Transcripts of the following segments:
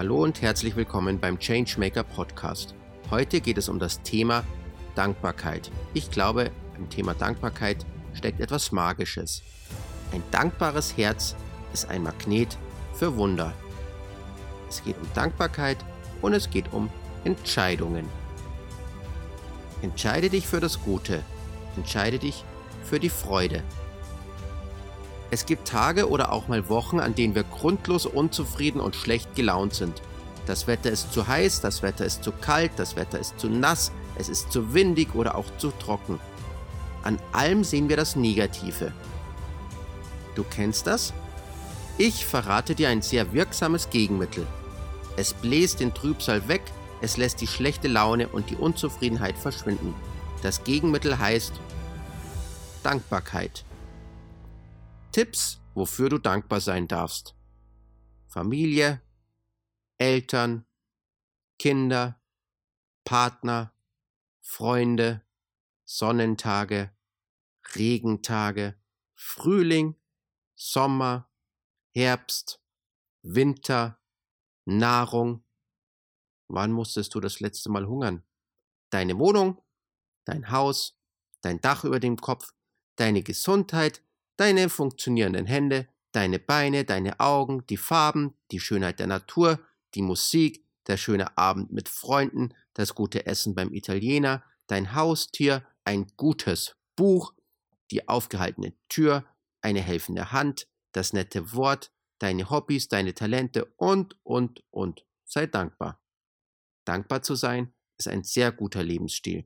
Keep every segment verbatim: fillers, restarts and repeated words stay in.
Hallo und herzlich willkommen beim Changemaker Podcast. Heute geht es um das Thema Dankbarkeit. Ich glaube, im Thema Dankbarkeit steckt etwas Magisches. Ein dankbares Herz ist ein Magnet für Wunder. Es geht um Dankbarkeit und es geht um Entscheidungen. Entscheide dich für das Gute. Entscheide dich für die Freude. Es gibt Tage oder auch mal Wochen, an denen wir grundlos unzufrieden und schlecht gelaunt sind. Das Wetter ist zu heiß, das Wetter ist zu kalt, das Wetter ist zu nass, es ist zu windig oder auch zu trocken. An allem sehen wir das Negative. Du kennst das? Ich verrate dir ein sehr wirksames Gegenmittel. Es bläst den Trübsal weg, es lässt die schlechte Laune und die Unzufriedenheit verschwinden. Das Gegenmittel heißt Dankbarkeit. Tipps, wofür du dankbar sein darfst. Familie, Eltern, Kinder, Partner, Freunde, Sonnentage, Regentage, Frühling, Sommer, Herbst, Winter, Nahrung. Wann musstest du das letzte Mal hungern? Deine Wohnung, dein Haus, dein Dach über dem Kopf, deine Gesundheit, deine funktionierenden Hände, deine Beine, deine Augen, die Farben, die Schönheit der Natur, die Musik, der schöne Abend mit Freunden, das gute Essen beim Italiener, dein Haustier, ein gutes Buch, die aufgehaltene Tür, eine helfende Hand, das nette Wort, deine Hobbys, deine Talente und, und, und. Sei dankbar. Dankbar zu sein ist ein sehr guter Lebensstil.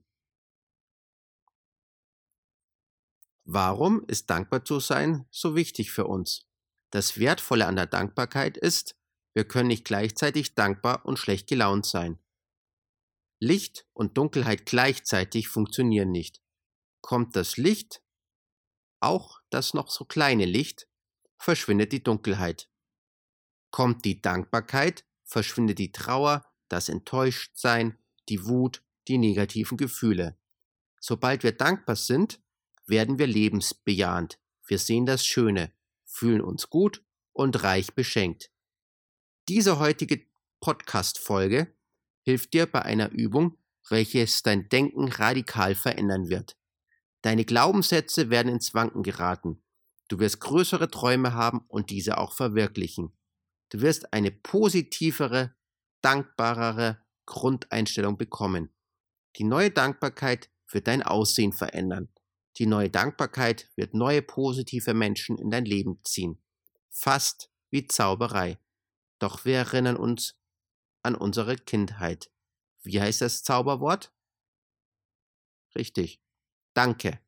Warum ist dankbar zu sein so wichtig für uns? Das Wertvolle an der Dankbarkeit ist, wir können nicht gleichzeitig dankbar und schlecht gelaunt sein. Licht und Dunkelheit gleichzeitig funktionieren nicht. Kommt das Licht, auch das noch so kleine Licht, verschwindet die Dunkelheit. Kommt die Dankbarkeit, verschwindet die Trauer, das Enttäuschtsein, die Wut, die negativen Gefühle. Sobald wir dankbar sind, werden wir lebensbejahend. Wir sehen das Schöne, fühlen uns gut und reich beschenkt. Diese heutige Podcast-Folge hilft dir bei einer Übung, welches dein Denken radikal verändern wird. Deine Glaubenssätze werden ins Wanken geraten. Du wirst größere Träume haben und diese auch verwirklichen. Du wirst eine positivere, dankbarere Grundeinstellung bekommen. Die neue Dankbarkeit wird dein Aussehen verändern. Die neue Dankbarkeit wird neue positive Menschen in dein Leben ziehen. Fast wie Zauberei. Doch wir erinnern uns an unsere Kindheit. Wie heißt das Zauberwort? Richtig. Danke.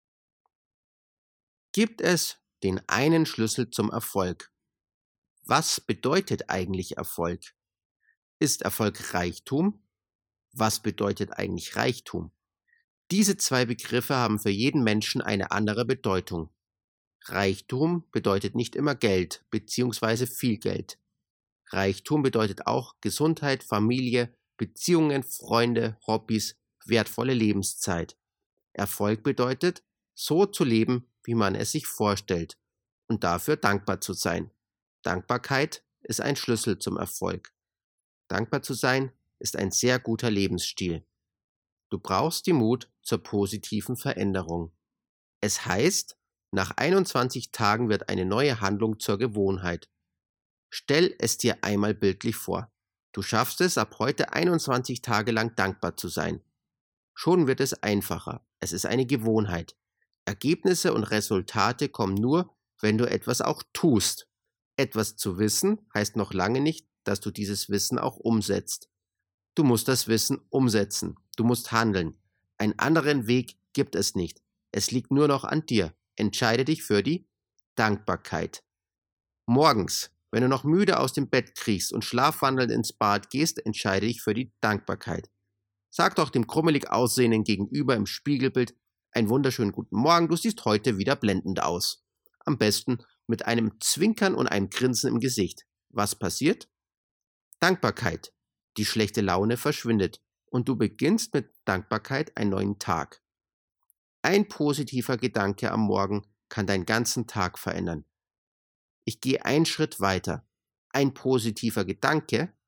Gibt es den einen Schlüssel zum Erfolg? Was bedeutet eigentlich Erfolg? Ist Erfolg Reichtum? Was bedeutet eigentlich Reichtum? Diese zwei Begriffe haben für jeden Menschen eine andere Bedeutung. Reichtum bedeutet nicht immer Geld bzw. viel Geld. Reichtum bedeutet auch Gesundheit, Familie, Beziehungen, Freunde, Hobbys, wertvolle Lebenszeit. Erfolg bedeutet, so zu leben, wie man es sich vorstellt und dafür dankbar zu sein. Dankbarkeit ist ein Schlüssel zum Erfolg. Dankbar zu sein ist ein sehr guter Lebensstil. Du brauchst die Mut zur positiven Veränderung. Es heißt, nach einundzwanzig Tagen wird eine neue Handlung zur Gewohnheit. Stell es dir einmal bildlich vor. Du schaffst es, ab heute einundzwanzig Tage lang dankbar zu sein. Schon wird es einfacher. Es ist eine Gewohnheit. Ergebnisse und Resultate kommen nur, wenn du etwas auch tust. Etwas zu wissen heißt noch lange nicht, dass du dieses Wissen auch umsetzt. Du musst das Wissen umsetzen. Du musst handeln. Einen anderen Weg gibt es nicht. Es liegt nur noch an dir. Entscheide dich für die Dankbarkeit. Morgens, wenn du noch müde aus dem Bett kriechst und schlafwandelnd ins Bad gehst, entscheide dich für die Dankbarkeit. Sag doch dem krummelig Aussehenden gegenüber im Spiegelbild einen wunderschönen guten Morgen, du siehst heute wieder blendend aus. Am besten mit einem Zwinkern und einem Grinsen im Gesicht. Was passiert? Dankbarkeit. Die schlechte Laune verschwindet und du beginnst mit Dankbarkeit einen neuen Tag. Ein positiver Gedanke am Morgen kann deinen ganzen Tag verändern. Ich gehe einen Schritt weiter. Ein positiver Gedanke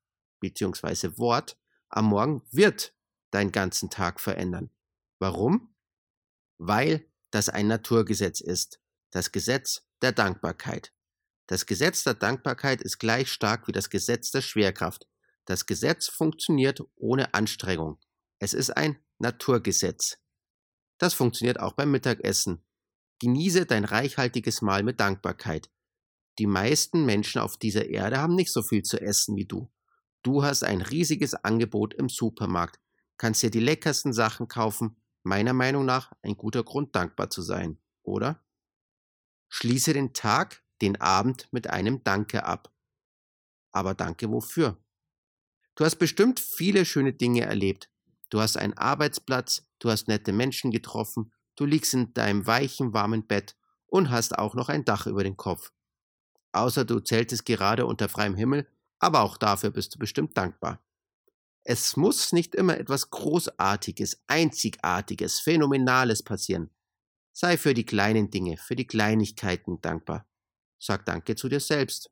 bzw. Wort am Morgen wird deinen ganzen Tag verändern. Warum? Weil das ein Naturgesetz ist. Das Gesetz der Dankbarkeit. Das Gesetz der Dankbarkeit ist gleich stark wie das Gesetz der Schwerkraft. Das Gesetz funktioniert ohne Anstrengung. Es ist ein Naturgesetz. Das funktioniert auch beim Mittagessen. Genieße dein reichhaltiges Mahl mit Dankbarkeit. Die meisten Menschen auf dieser Erde haben nicht so viel zu essen wie du. Du hast ein riesiges Angebot im Supermarkt, kannst dir die leckersten Sachen kaufen. Meiner Meinung nach ein guter Grund, dankbar zu sein, oder? Schließe den Tag, den Abend mit einem Danke ab. Aber Danke wofür? Du hast bestimmt viele schöne Dinge erlebt. Du hast einen Arbeitsplatz, du hast nette Menschen getroffen, du liegst in deinem weichen, warmen Bett und hast auch noch ein Dach über dem Kopf. Außer du zeltest gerade unter freiem Himmel, aber auch dafür bist du bestimmt dankbar. Es muss nicht immer etwas Großartiges, Einzigartiges, Phänomenales passieren. Sei für die kleinen Dinge, für die Kleinigkeiten dankbar. Sag Danke zu dir selbst.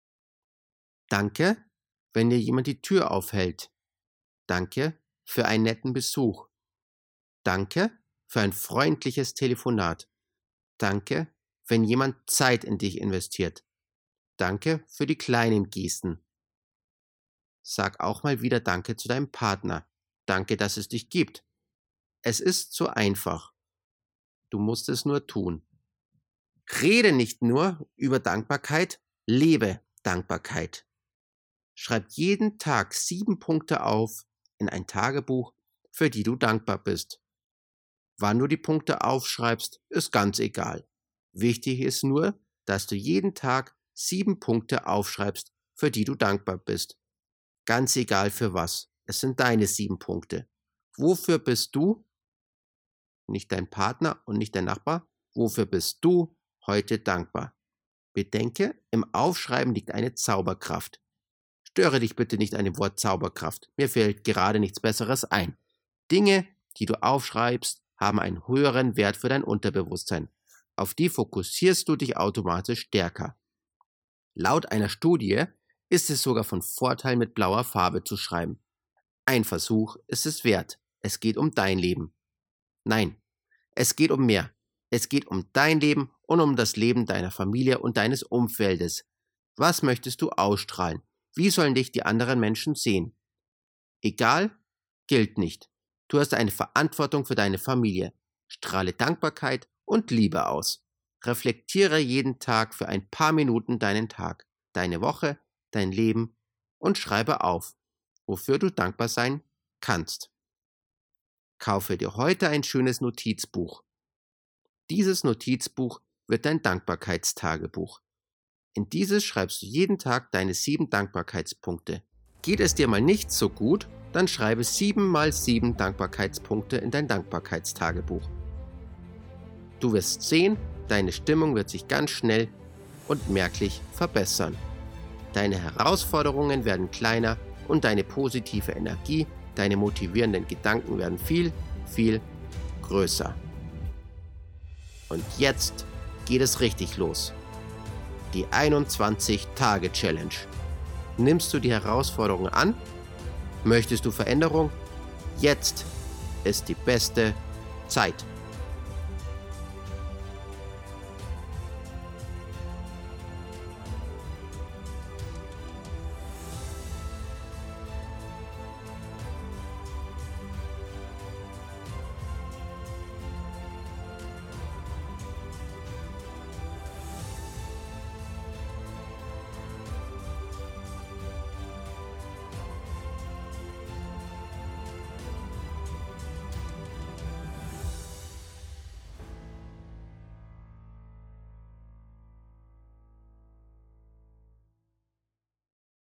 Danke, wenn dir jemand die Tür aufhält. Danke für einen netten Besuch. Danke für ein freundliches Telefonat. Danke, wenn jemand Zeit in dich investiert. Danke für die kleinen Gesten. Sag auch mal wieder Danke zu deinem Partner. Danke, dass es dich gibt. Es ist so einfach. Du musst es nur tun. Rede nicht nur über Dankbarkeit, lebe Dankbarkeit. Schreib jeden Tag sieben Punkte auf in ein Tagebuch, für die du dankbar bist. Wann du die Punkte aufschreibst, ist ganz egal. Wichtig ist nur, dass du jeden Tag sieben Punkte aufschreibst, für die du dankbar bist. Ganz egal für was. Es sind deine sieben Punkte. Wofür bist du, nicht dein Partner und nicht dein Nachbar, wofür bist du heute dankbar? Bedenke, im Aufschreiben liegt eine Zauberkraft. Störe dich bitte nicht an dem Wort Zauberkraft. Mir fällt gerade nichts Besseres ein. Dinge, die du aufschreibst, haben einen höheren Wert für dein Unterbewusstsein. Auf die fokussierst du dich automatisch stärker. Laut einer Studie ist es sogar von Vorteil, mit blauer Farbe zu schreiben. Ein Versuch ist es wert. Es geht um dein Leben. Nein, es geht um mehr. Es geht um dein Leben und um das Leben deiner Familie und deines Umfeldes. Was möchtest du ausstrahlen? Wie sollen dich die anderen Menschen sehen? Egal, gilt nicht. Du hast eine Verantwortung für deine Familie. Strahle Dankbarkeit und Liebe aus. Reflektiere jeden Tag für ein paar Minuten deinen Tag, deine Woche, dein Leben und schreibe auf, wofür du dankbar sein kannst. Kaufe dir heute ein schönes Notizbuch. Dieses Notizbuch wird dein Dankbarkeitstagebuch. In dieses schreibst du jeden Tag deine sieben Dankbarkeitspunkte. Geht es dir mal nicht so gut, dann schreibe sieben mal sieben Dankbarkeitspunkte in dein Dankbarkeitstagebuch. Du wirst sehen, deine Stimmung wird sich ganz schnell und merklich verbessern. Deine Herausforderungen werden kleiner und deine positive Energie, deine motivierenden Gedanken werden viel, viel größer. Und jetzt geht es richtig los. Die einundzwanzig-Tage-Challenge. Nimmst du die Herausforderung an? Möchtest du Veränderung? Jetzt ist die beste Zeit.